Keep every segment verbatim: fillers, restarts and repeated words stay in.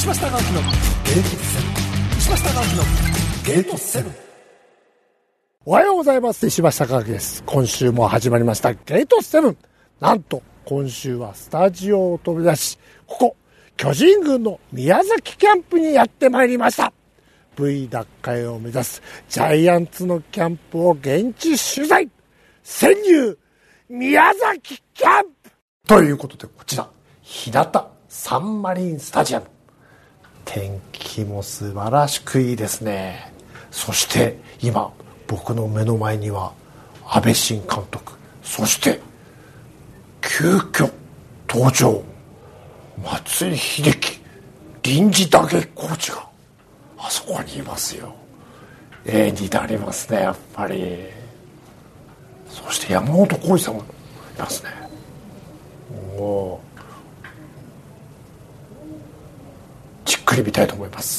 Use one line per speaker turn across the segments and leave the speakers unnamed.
島下川のゲートセブン。石橋貴明のゲートセブン。おはようございます。石橋貴明です。今週も始まりましたゲートセブン。なんと今週はスタジオを飛び出し、ここ巨人軍の宮崎キャンプにやってまいりました。 V 奪回を目指すジャイアンツのキャンプを現地取材。潜入宮崎キャンプということで、こちら日向サンマリンスタジアム、天気も素晴らしくいいですね。そして今僕の目の前には阿部新監督、そして急遽登場松井秀喜臨時打撃コーチがあそこにいますよ。絵になりますね、やっぱり。そして山本浩二さんもいますね。おー、じっくり見たいと思います。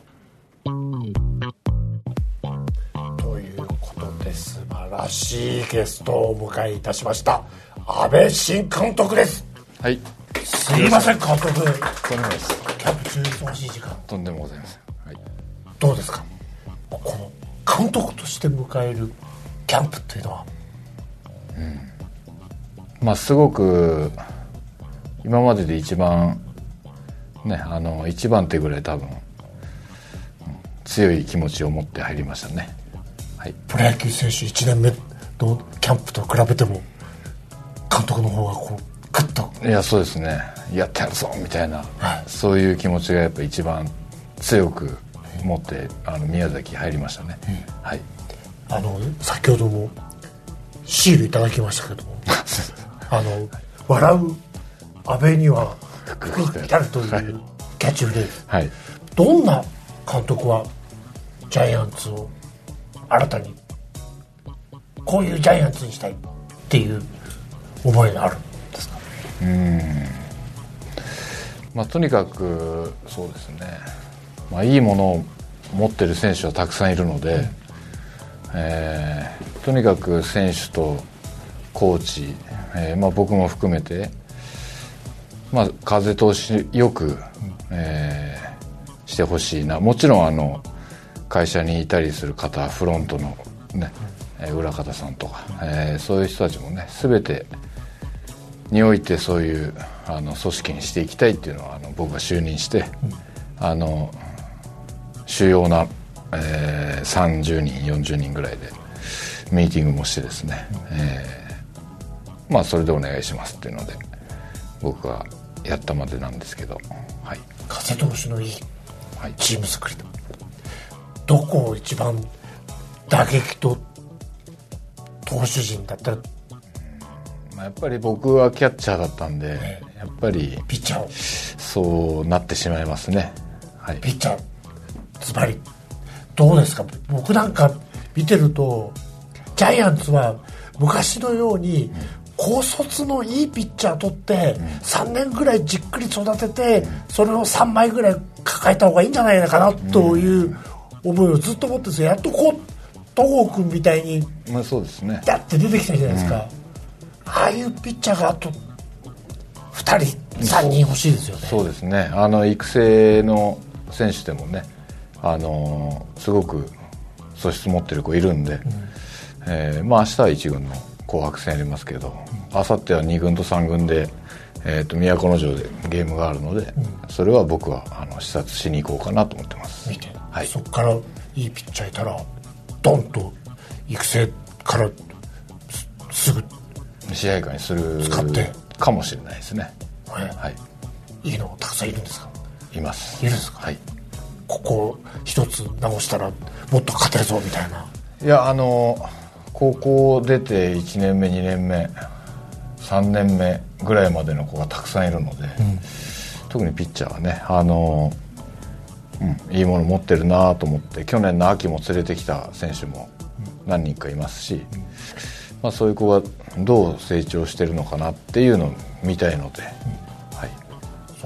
ということで素晴らしいゲストをお迎えいたしました。阿部新監督です。
はい。
すいません監督。
とんでもないです。
キャンプ中忙しい時間。
とんでもございません。はい。
どうですか、この監督として迎えるキャンプっていうのは。
うん、まあすごく今までで一番ね、あの一番手ぐらい多分、うん、強い気持ちを持って入りましたね。はい。
プロ野球選手いちねんめのキャンプと比べても監督の方がこうグッと。
いやそうですね、やってやるぞみたいな、はい、そういう気持ちがやっぱ一番強く持ってあの宮崎入りましたね。うん、はい。あの
先ほどもシールいただきましたけどもあの笑う阿部には福が来るというキャッチフレーズ、はい、どんな監督はジャイアンツを新たにこういうジャイアンツにしたいっていう思いがあるんですか。
うーん、まあとにかくそうですね、まあ、いいものを持ってる選手はたくさんいるので、うん、えー、とにかく選手とコーチ、えーまあ、僕も含めて、まあ、風通しよく、えー、してほしいな。もちろんあの会社にいたりする方、フロントの、ね、裏方さんとか、えー、そういう人たちもね全てにおいてそういうあの組織にしていきたいっていうのはあの僕が就任して、うん、あの主要なえー、さんじゅうにんよんじゅうにんぐらいでミーティングもしてですね、えー、まあそれでお願いしますっていうので僕がやったまでなんですけど、はい、
風通しのいいチーム作りと、はい、どこを一番打撃と投手陣だったら、
まあ、やっぱり僕はキャッチャーだったんで、えー、やっぱり
ピッチャーを
そうなってしまいますね、はい、
ピッチャーズバリどうですか。僕なんか見てるとジャイアンツは昔のように高卒のいいピッチャー取ってさんねんぐらいじっくり育ててそれをさんまいぐらい抱えた方がいいんじゃないかなという思いをずっと持ってるんですよ。やっとこう戸郷君みたいに
まあそうですね、
だって出てきたじゃないですか、うん、ああいうピッチャーがあとふたりさんにん欲しいですよね。
そうですね、あの育成の選手でもね、あのー、すごく素質持ってる子いるんで、うん、えー、まあ明日はいち軍の紅白戦やりますけど、明後日はに軍とさん軍で、えー、と都城でゲームがあるので、うん、それは僕はあの視察しに行こうかなと思ってます。
見て、はい、そこからいいピッチャーいたらドンと育成からすぐ
試合会にする
使って
かもしれないですね、
はいはい、いいのたくさんいるんですか。
います。
いるんですか。
はい。
ここ一つ直したらもっと勝てるぞみたいな。
いや、あの高校出ていちねんめにねんめさんねんめぐらいまでの子がたくさんいるので、うん、特にピッチャーはね、あの、うん、いいもの持ってるなと思って、去年の秋も連れてきた選手も何人かいますし、うん、まあ、そういう子がどう成長してるのかなっていうのを見たいので、うん、はい。
そう、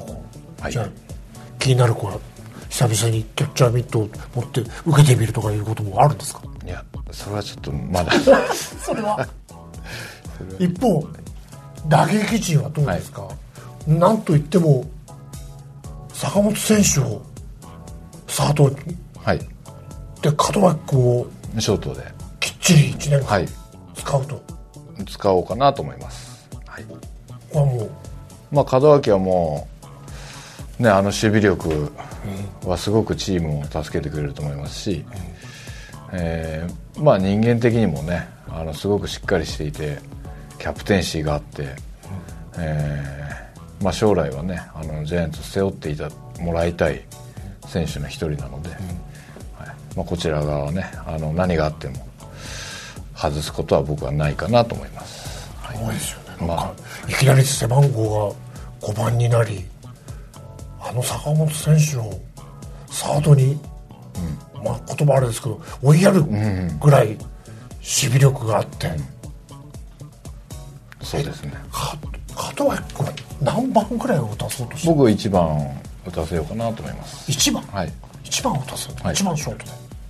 はい、じゃあ気になる子は久々にキャッチャーミットを持って受けてみるとかいうこともあるんですか。
いや、それはちょっとまだ
それは一方打撃陣はどうですか、はい、なんといっても坂本選手をサードに、
はい、
で門脇君を
ショートで
きっちりいちねんかん
はい
使うと、
使おうかなと思います。はい、
これはもう、
まあ、門脇はもう、ね、あの守備力はすごくチームを助けてくれると思いますし、うんえーまあ、人間的にもねあのすごくしっかりしていてキャプテンシーがあって、うんえーまあ、将来はねあのジャイアンツを背負っていたもらいたい選手の一人なので、うんはいまあ、こちら側はねあの何があっても外すことは僕はないかなと思います。
はい、そうですよね、まあ、いきなり背番号がごばんになりあの坂本選手をサードに、うんまあ、言葉あれですけど追いやるぐらい守備力があって、うんうん、
そうですね。
門脇君は何番ぐらいを打たそうとして
僕はいちばん打たせようかなと思います。
いちばん、
はい、
いちばん打たせる、はい、いちばんショートで、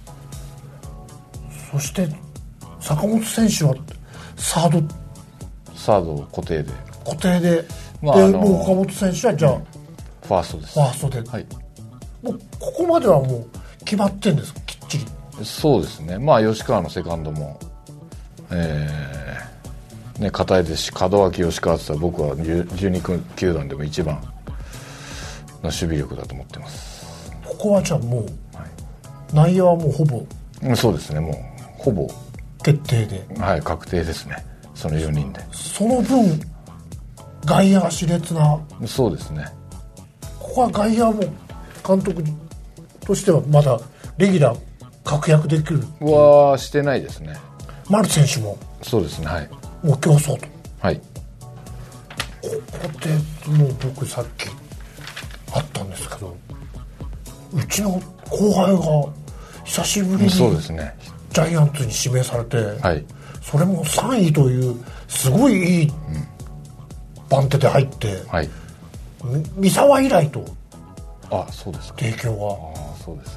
そして坂本選手はサード
サード固定で
固定で、
まあ、
で
あのー、
もう岡本選手はじゃあ、うん、
ファーストです。
ファーストで、はい、もうここまではもう決まってるんですか、きっちり。
そうですね。まあ吉川のセカンドもえー、ね堅いですし、門脇吉川って言ったら僕はじゅうに球団でも一番の守備力だと思ってます。
ここはじゃあもう、はい、内野はもうほぼ、
うん、そうですね。もうほぼ
決定で、
はい、確定ですね。そのよにんで。
その分外野が熾烈な。
そうですね。
ここは外野はもう監督としてはまだレギュラー確約できる
はしてないですね。
丸選手も
そうですね。はい、
もう競争と。
はい、
ここでもう僕さっきあったんですけど、うちの後輩が久しぶりにジャイアンツに指名されて、
はい、
それもさんいというすごいいい番手で入って、
はい、
三沢以来と。
あ、そうですか。
提供が。
あ、そうですね。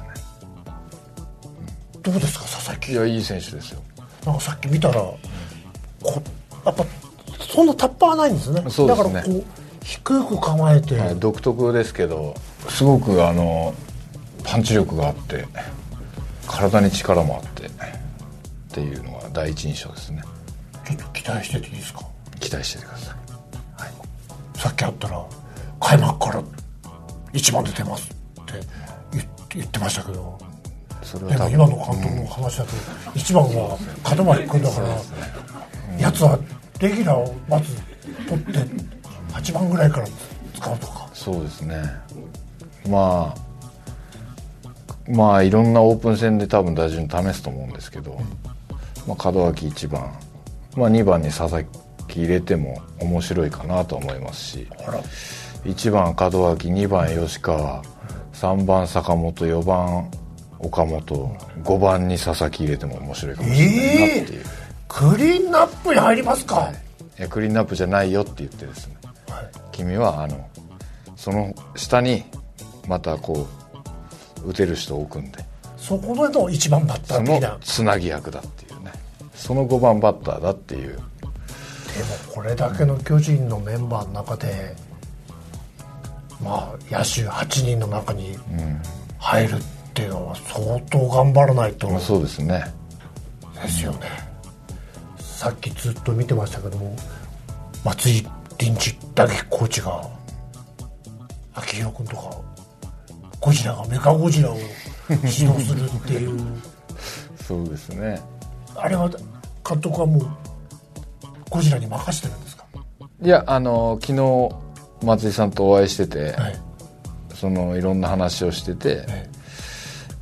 どうですか佐々木。
いや、いい選手ですよ。
なんかさっき見たらこやっぱそんなタッパーないんですね。
そうですね。
だからこう低く構えて、
はい、独特ですけどすごくあのパンチ力があって体に力もあってっていうのが第一印象ですね。
ちょっと期待してていいですか。
期待しててください。はい、
さっきあったら開幕からいちばんで出ますって言って、言ってましたけど、それはでも今の監督の話だと、うん、いちばんは門脇君だから、ねうん、やつはレギュラーをまず取ってはちばんぐらいから使うとか。
そうですね。まあまあいろんなオープン戦で多分打順試すと思うんですけど、うんまあ、門脇いちばん、まあ、にばんに佐々木入れても面白いかなと思いますし、
あら
いちばん門脇、にばん吉川、さんばん坂本、よばん岡本、ごばんに佐々木入れても面白いかもしれないなっていう、えー、
クリーンナップに入りますか。
はい、いやクリーンナップじゃないよって言ってですね、はい、君はあのその下にまたこう打てる人を置くんで、
そこのいちばんバッター的な
そのつなぎ役だっていうね、そのごばんバッターだっていう。でも
これだけの巨人のメンバーの中で、まあ野手はちにんの中に入るっていうのは相当頑張らないと、
うん、そうですね。
ですよね、うん、さっきずっと見てましたけども、松井臨時打撃コーチが秋広君とかゴジラがメカゴジラを指導するっていう
そうですね。
あれは監督はもうゴジラに任せてるんですか。
いや、あの昨日松井さんとお会いしてて、はい、そのいろんな話をしてて、はい、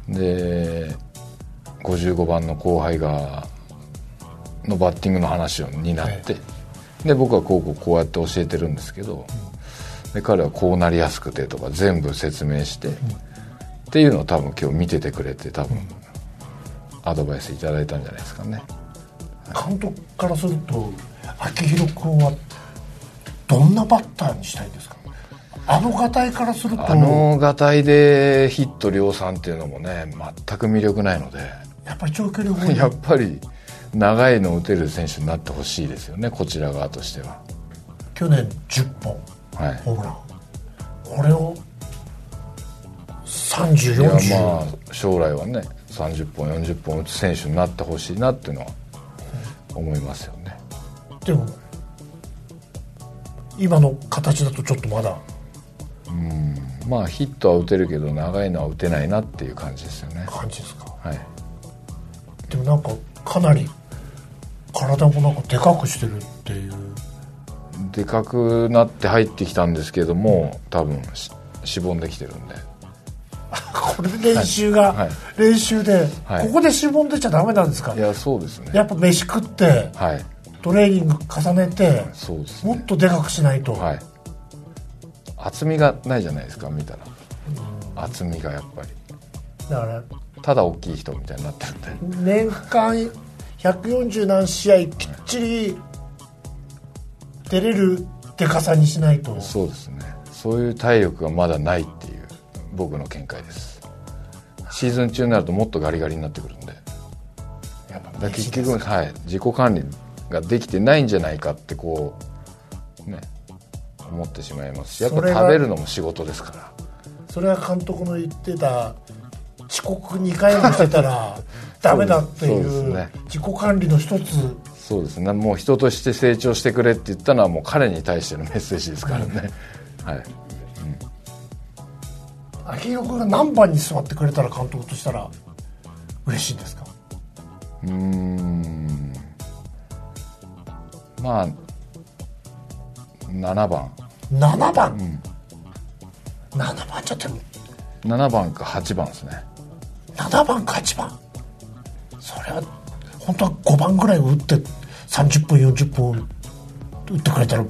でごじゅうごばんの後輩がのバッティングの話になって、はい、で僕はこうこうこうやって教えてるんですけど、うん、で彼はこうなりやすくてとか全部説明して、うん、っていうのを多分今日見ててくれて多分、うん、アドバイスいただいたんじゃないですかね。
監督からすると秋広君はどんなバッターにしたいですか。あのガタイからすると、
あのガタイでヒット量産っていうのもね全く魅力ないので、
やっぱり長距離多い
やっぱり長いの打てる選手になってほしいですよね、こちら側としては。
去年じゅっぽん、はい、ホームラン、これをさんじゅう、よんじゅう。
いやまあ将来はねさんじゅっぽんよんじゅっぽん打つ選手になってほしいなっていうのは思いますよね。
でも今の形だとちょっとまだ
うんまあヒットは打てるけど長いのは打てないなっていう感じですよね。
感じですか。
はい。
でもなんかかなり体もなんかでかくしてるっていう。
でかくなって入ってきたんですけども多分しぼんできてるんで
これ練習が、はいはい、練習で、はい、ここでしぼんでちゃダメなんですか。
いやそうですね。
やっぱ飯食って、はい、トレーニング重ねて、そうですね、もっとでかくしないと、はい、
厚みがないじゃないですか見たら、うん、厚みがやっぱり
だから
ただ大きい人みたいになってるんで
年間ひゃくよんじゅう何試合きっちり出れるでかさにしないと。
そうですね。そういう体力がまだないっていう僕の見解です。シーズン中になるともっとガリガリになってくるんで、やっぱだ結局、はい、自己管理ができてないんじゃないかってこうね思ってしまいますし、やっぱ食べるのも仕事ですから。
それは監督の言ってた遅刻にかいもしてたらダメだっていう自己管理の一つ。
そうですね。もう人として成長してくれって言ったのはもう彼に対してのメッセージですからね、うん、はい、
うん、秋広君が何番に座ってくれたら監督としたら嬉しいんですか。
うーんまあななばん。
ななばん、うん、ななばんじゃっても
ななばんかはちばんですね。
ななばんかはちばん、それは本当はごばんぐらい打ってさんじゅっぷんよんじゅっぷん打ってくれたら、うん、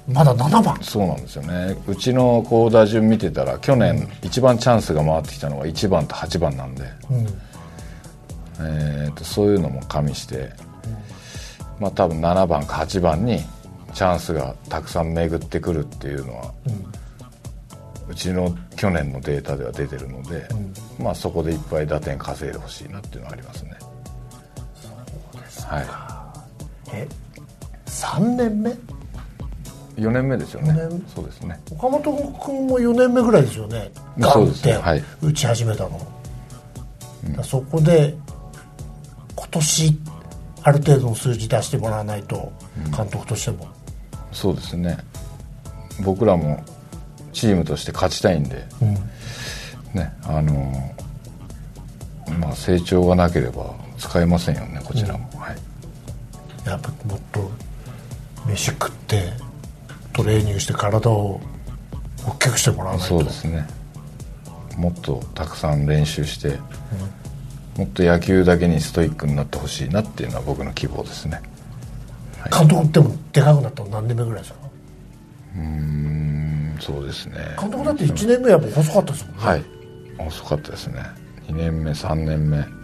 まだななばん。
そうなんですよね。うちのこう打順見てたら去年一番チャンスが回ってきたのがいちばんとはちばんなんで、うん、えー、とそういうのも加味して、うん、まあ多分ななばんかはちばんにチャンスがたくさん巡ってくるっていうのは、うん、うちの去年のデータでは出てるので、うん、まあそこでいっぱい打点稼いでほしいなっていうのはありますね。
そうですか、
はい、
えさんねんめ
よねんめですよね。そうですね。
岡本君もよねんめぐらいですよね。ガンって打ち始めたの、うん、そこで今年ある程度の数字出してもらわないと、うん、監督としても。
そうですね。僕らもチームとして勝ちたいんで、うん、ね、あのまあ成長がなければ使えませんよねこちらも、うん、はい、
やっぱもっと飯食ってトレーニングして体を大きくしてもらわないと。
そうですね。もっとたくさん練習して、うん、もっと野球だけにストイックになってほしいなっていうのは僕の希望ですね、
はい、監督ってもでかくなったの何年目ぐらいですか。
うーんそうですね。
監督だっていちねんめやっぱ細かったですもんね。
はい、遅かったですね。にねんめさんねんめ本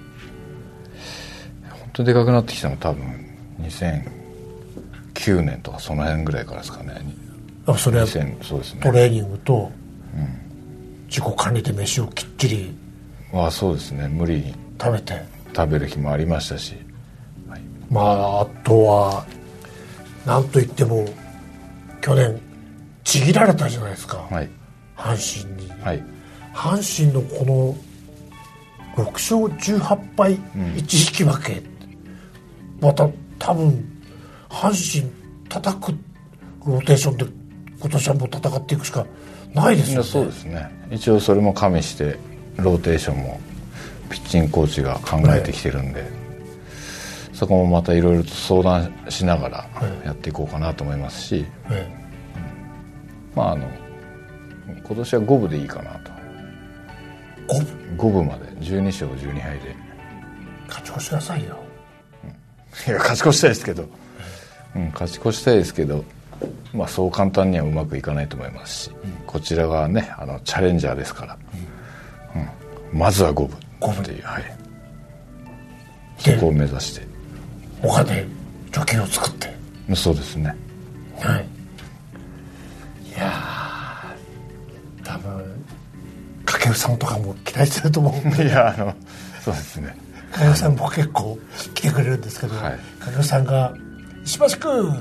当にでかくなってきたの多分にせんきゅうねんとかその辺ぐらいからですかね。
あそれはそうですね、トレーニングと、うん、自己管理で飯をきっちり
あそうですね。無理に
食べて
食べる日もありましたし、はい、
まああとはなんといっても去年ちぎられたじゃないですか、はい、阪神に、はい、阪神のこのろくしょうじゅうはちぱいいち引き分け、うん、また多分阪神叩くローテーションで今年はもう戦っていくしかないですよね。
そうですね。一応それも加味してローテーションもピッチングコーチが考えてきてるんで、ね、そこもまたいろいろと相談しながらやっていこうかなと思いますし、ね、うん、まああの今年は五分でいいかなと。
五分
五分までじゅうにしょうじゅうにはいで
勝ち越しなさいよ、
うん、いや勝ち越したいですけど、うん、勝ち越したいですけど、まあ、そう簡単にはうまくいかないと思いますし、うん、こちらがねあのチャレンジャーですから、うんうん、まずは五分っていう、はい、そこを目指して
他で貯金を作って
そうですね、
はい、いやー多分掛布さんとかも期待してると思うんで
いやあのそうですね
掛布さんも結構来てくれるんですけど、はい、掛布さんが石橋君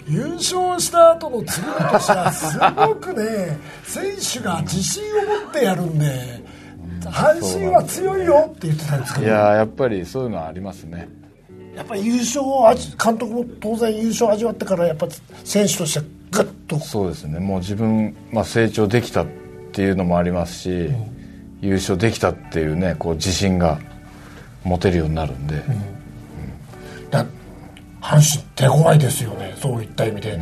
優勝した後の次の年はすごくね選手が自信を持ってやるんで、阪神は強いよって言ってたんですけど、
いややっぱりそういうのはありますね。
やっぱり優勝を監督も当然優勝を味わってからやっぱ選手としてはグッと。
そうですね、もう自分、まあ、成長できたっていうのもありますし、うん、優勝できたっていうねこう自信が持てるようになるんで、うんうん、
だ阪神手強いですよね、そういった意味で、うん、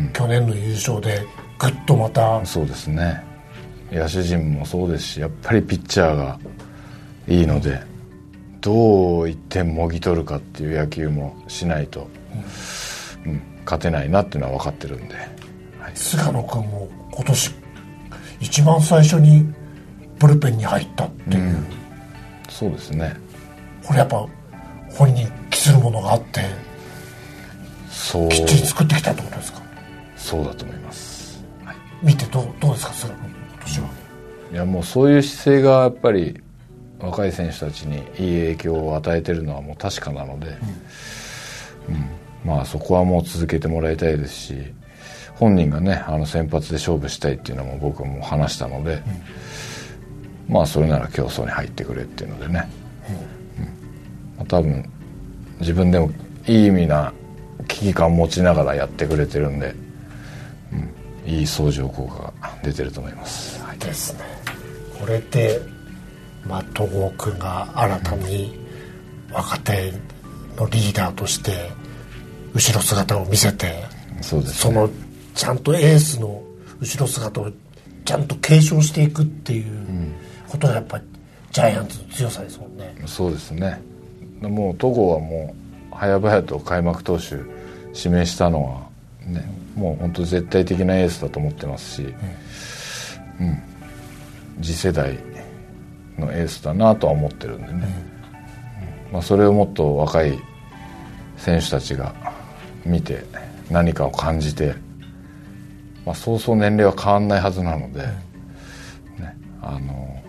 去年の優勝でグッとまた。
そうですね、野手陣もそうですしやっぱりピッチャーがいいので、どういってんもぎ取るかっていう野球もしないと、うんうん、勝てないなっていうのは分かってるんで、
はい、菅野君も今年一番最初にブルペンに入ったっていう、うん、
そうですね、
これやっぱ本人に期するものがあって
そう
きっちり作ってきたってことですか。
そうだと思います、はい、
見てどう、どうですか菅野君今年は。
いやもうそういう姿勢がやっぱり若い選手たちにいい影響を与えてるのはもう確かなので、うんうん、まあそこはもう続けてもらいたいですし、本人がねあの先発で勝負したいっていうのも僕も話したので、うん、まあそれなら競争に入ってくれっていうのでね、うんうんまあ、多分自分でもいい意味な危機感を持ちながらやってくれてるんで、うん、いい相乗効果が出てると思います、
はい、ですね。これでまあ、戸郷君が新たに若手のリーダーとして後ろ姿を見せて、
そうですね、
そのちゃんとエースの後ろ姿をちゃんと継承していくっていうことがやっぱりジャイアンツの強さですもんね。
そうですね、もう戸郷はもう早々と開幕投手指名したのは、ね、もう本当絶対的なエースだと思ってますし、うんうん、次世代のエースだなとは思ってるんでね、うんまあ、それをもっと若い選手たちが見て何かを感じて、まあ、そうそう年齢は変わんないはずなので、ね、あの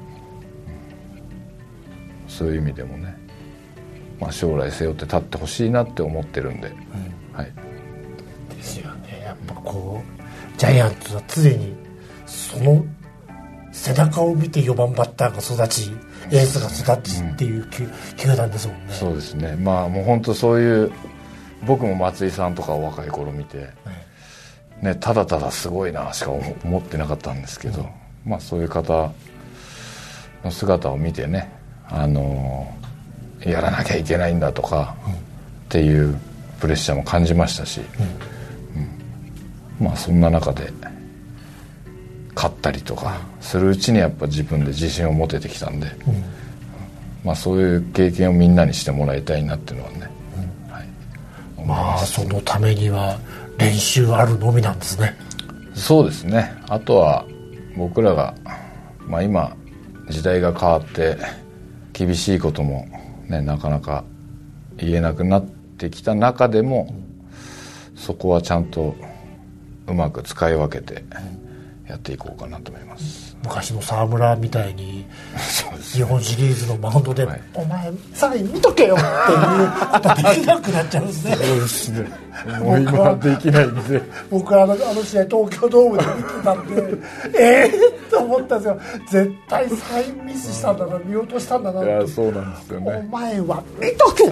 そういう意味でもね、まあ、将来背負って立ってほしいなって思ってるんで、うんはい、
ですよね。やっぱこうジャイアンツは常にその背中を見てよんばんバッターが育ちエースが育ちっていう、うん、球団ですもんね。
そうですね、まあもう本当そういう、僕も松井さんとかを若い頃見て、はいね、ただただすごいなしか思ってなかったんですけど、うんまあ、そういう方の姿を見てね、あのー、やらなきゃいけないんだとか、うん、っていうプレッシャーも感じましたし、うんうん、まあそんな中で勝ったりとかするうちにやっぱ自分で自信を持ててきたんで、うんまあ、そういう経験をみんなにしてもらいたいなっていうのはね、うんはい、
まあそのためには練習あるのみなんですね。
そうですね。あとは僕らが、まあ、今時代が変わって厳しいことも、ね、なかなか言えなくなってきた中でも、そこはちゃんとうまく使い分けてやっていこうかなと思います。
昔の沢村みたいに日本シリーズのマウンドで、はい、お前サイン見とけよっていうことできなくなっちゃうんですね。
そうですね。もう今はできないんで
僕はあの、あの試合東京ドームで見てたんでええと思ったんですよ。絶対サインミスしたんだな、見落としたんだなって。
いやそうなんですよね。
お前は見とけよ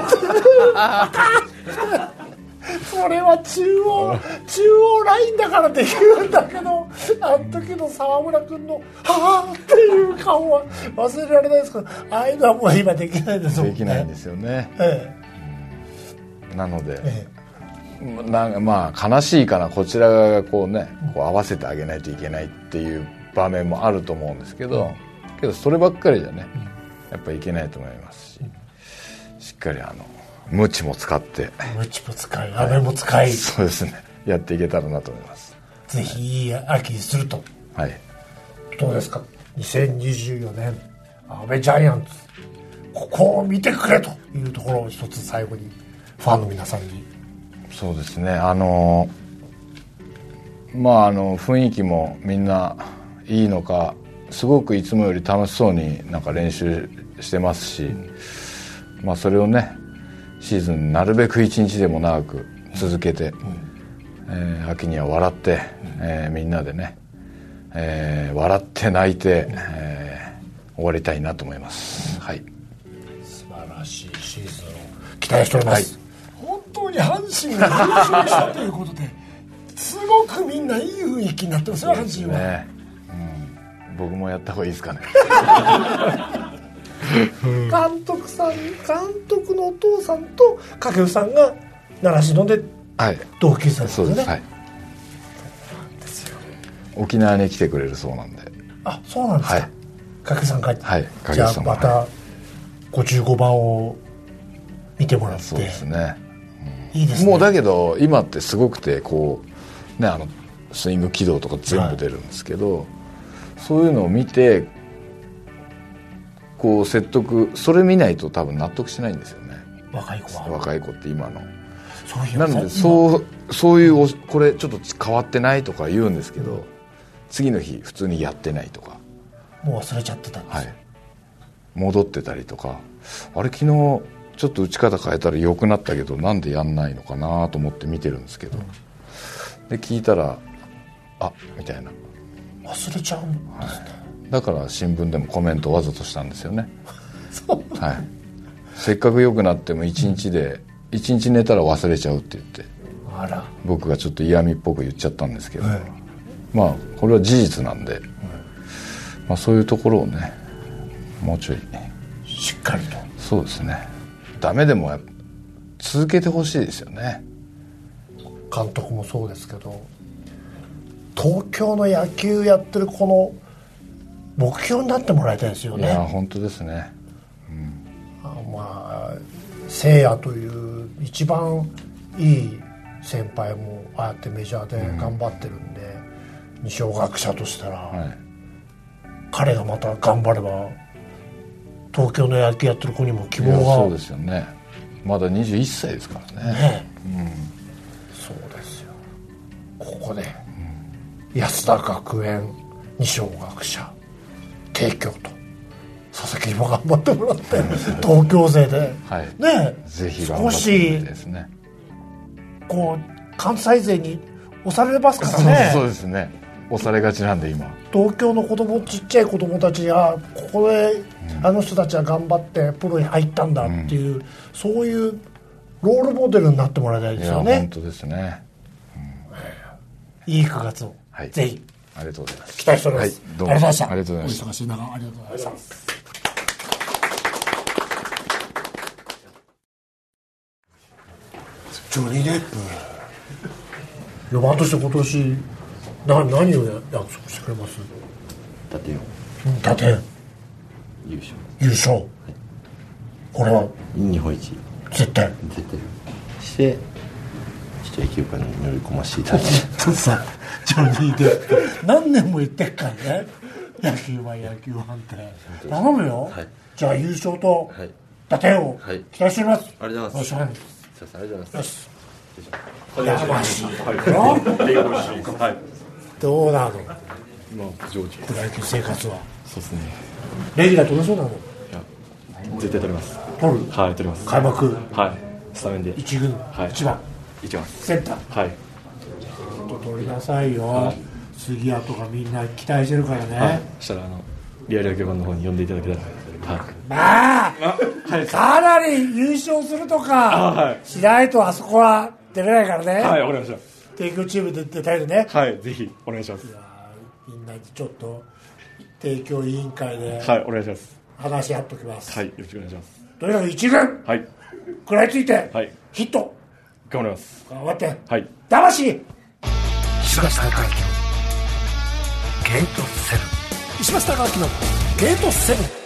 ってそれは中央中央ラインだからできるんだけど、あの時の沢村君のはぁっていう顔は忘れられないですけど、ああいうのはもう今できないですもんね。
できないんですよね、
え
え、なので、
え
え、なんかまあ悲しいかな、こちらがこうねこう合わせてあげないといけないっていう場面もあると思うんですけど、うん、けどそればっかりじゃね、うん、やっぱりいけないと思いますし、うん、しっかりあのムチも使って
ムチも使い飴も使い、はい、
そうですね、やっていけたらなと思います。
ぜひいい秋にすると。
はい、
どうですかにせんにじゅうよねん阿部ジャイアンツ、ここを見てくれというところを一つ最後にファンの皆さんに。
そうですね、あのまああの雰囲気もみんないいのか、すごくいつもより楽しそうになんか練習してますし、うん、まあそれをねシーズンなるべく一日でも長く続けてえー、秋には笑って、えー、みんなでね、えー、笑って泣いて、えー、終わりたいなと思います、はい、
素晴らしいシーズンを期待しております、はい、本当に阪神が優勝したということですごくみんないい雰囲気になってますよ、阪神は、ね、
うん、僕もやった方がいいですかね
監督さん、監督のお父さんと掛布さんが習志野で同級生ですよね、はい、そうです、はい、なんですよ。
沖縄に来てくれるそうなんで。
あ、そうなんですか、はい、掛布さん帰って、
はい、
じゃあまたごじゅうごばんを見てもらって。
そうですね、
うん、いいですね。
もうだけど今ってすごくてこうね、あのスイング軌道とか全部出るんですけど、はい、そういうのを見てこう説得、それ見ないと多分納得しないんですよね、
若い子は。
若い子って今の。
そういう
なのでそうそういうこれちょっと変わってないとか言うんですけど、うん、次の日普通にやってないとか、
もう忘れちゃってたんですよ、はい、
戻ってたりとか、あれ昨日ちょっと打ち方変えたら良くなったけどなんでやんないのかなと思って見てるんですけど、うん、で聞いたらあみたいな、
忘れちゃうんですね、はい、
だから新聞でもコメントわざとしたんですよね
そう、
はい、せっかく良くなっても一日で一日寝たら忘れちゃうって言って、
あら、
僕がちょっと嫌味っぽく言っちゃったんですけど、
はい、
まあこれは事実なんで、はい、まあ、そういうところをねもうちょい
しっかりと。
そうですね、ダメでもやっぱ続けてほしいですよね。
監督もそうですけど、東京の野球やってるこの目標になってもらいたいですよね。
いや本当ですね、うん、
あまあ聖夜という一番いい先輩もああやってメジャーで頑張ってるんで、うん、二松学者としたら、はい、彼がまた頑張れば東京の野球やってる子にも希望が。
そうですよね、まだにじゅういっさいですからね。
ね、
うん、
そうですよ。ここで、うん、安田学園、二松学者、帝京と佐々木にも頑張ってもらって東京勢で、はい、ね、
ぜひ頑張ってもらいたいですね。
こう関西勢に押されますからね。
そう、そうですね、押されがちなんで今
東京の子供、ちっちゃい子供たちがここで、うん、あの人たちは頑張ってプロに入ったんだっていう、うん、そういうロールモデルになってもらいたいですよね。
いや本当ですね、
うん、いいくがつを、はい、ぜひ
ありがとうございます。
期待しております、はい、
どうも
ありがとうございました。
ありがとうございました。
お忙しい中ありがとうございます。ジョニー・デップよばんとして今年な何を約束してくれます？
打点を
打点
優勝
優勝、はい、これは
日本一
絶対
絶対してちょっと野球界に乗り込ませていただいて
さジョニー・デップ何年も言ってっからね、野球は野球判定頼むよ、はい、じゃあ優勝と打点を期待しております、はい、
ありがとうございます。
ありがとうございます。
よし
やばしいよ、
はい、
どうなの
今上手
プロ野球生活は。
そうですね、
レギュラー取れそうなの？い
や絶対取ります。
取る？
はい、取ります。
開幕
はいスタメンで
一軍、はい、一番
一番
センター、
はい
取りなさいよ、はい、杉谷とかみんな期待してるからね、
はい、そしたらあのリアル野球版の方に呼んでいただけたら、はい、
まあ、はい、かなり優勝するとか、はい、しないとあそこは出れないからね。
はい、わかりました。
帝京チームで出たいよね。
はい、ぜひお願いします。
いやみんなにちょっと帝京委員会で
はい、お願いします。
話し合っておきます。
はい、よろしくお願いします。
とにかく一軍
はい
食らいついて、はい、ヒット
頑張ります。
頑張って、
はい、
魂石橋貴明のゲートセブン、石橋貴明のゲートセブン。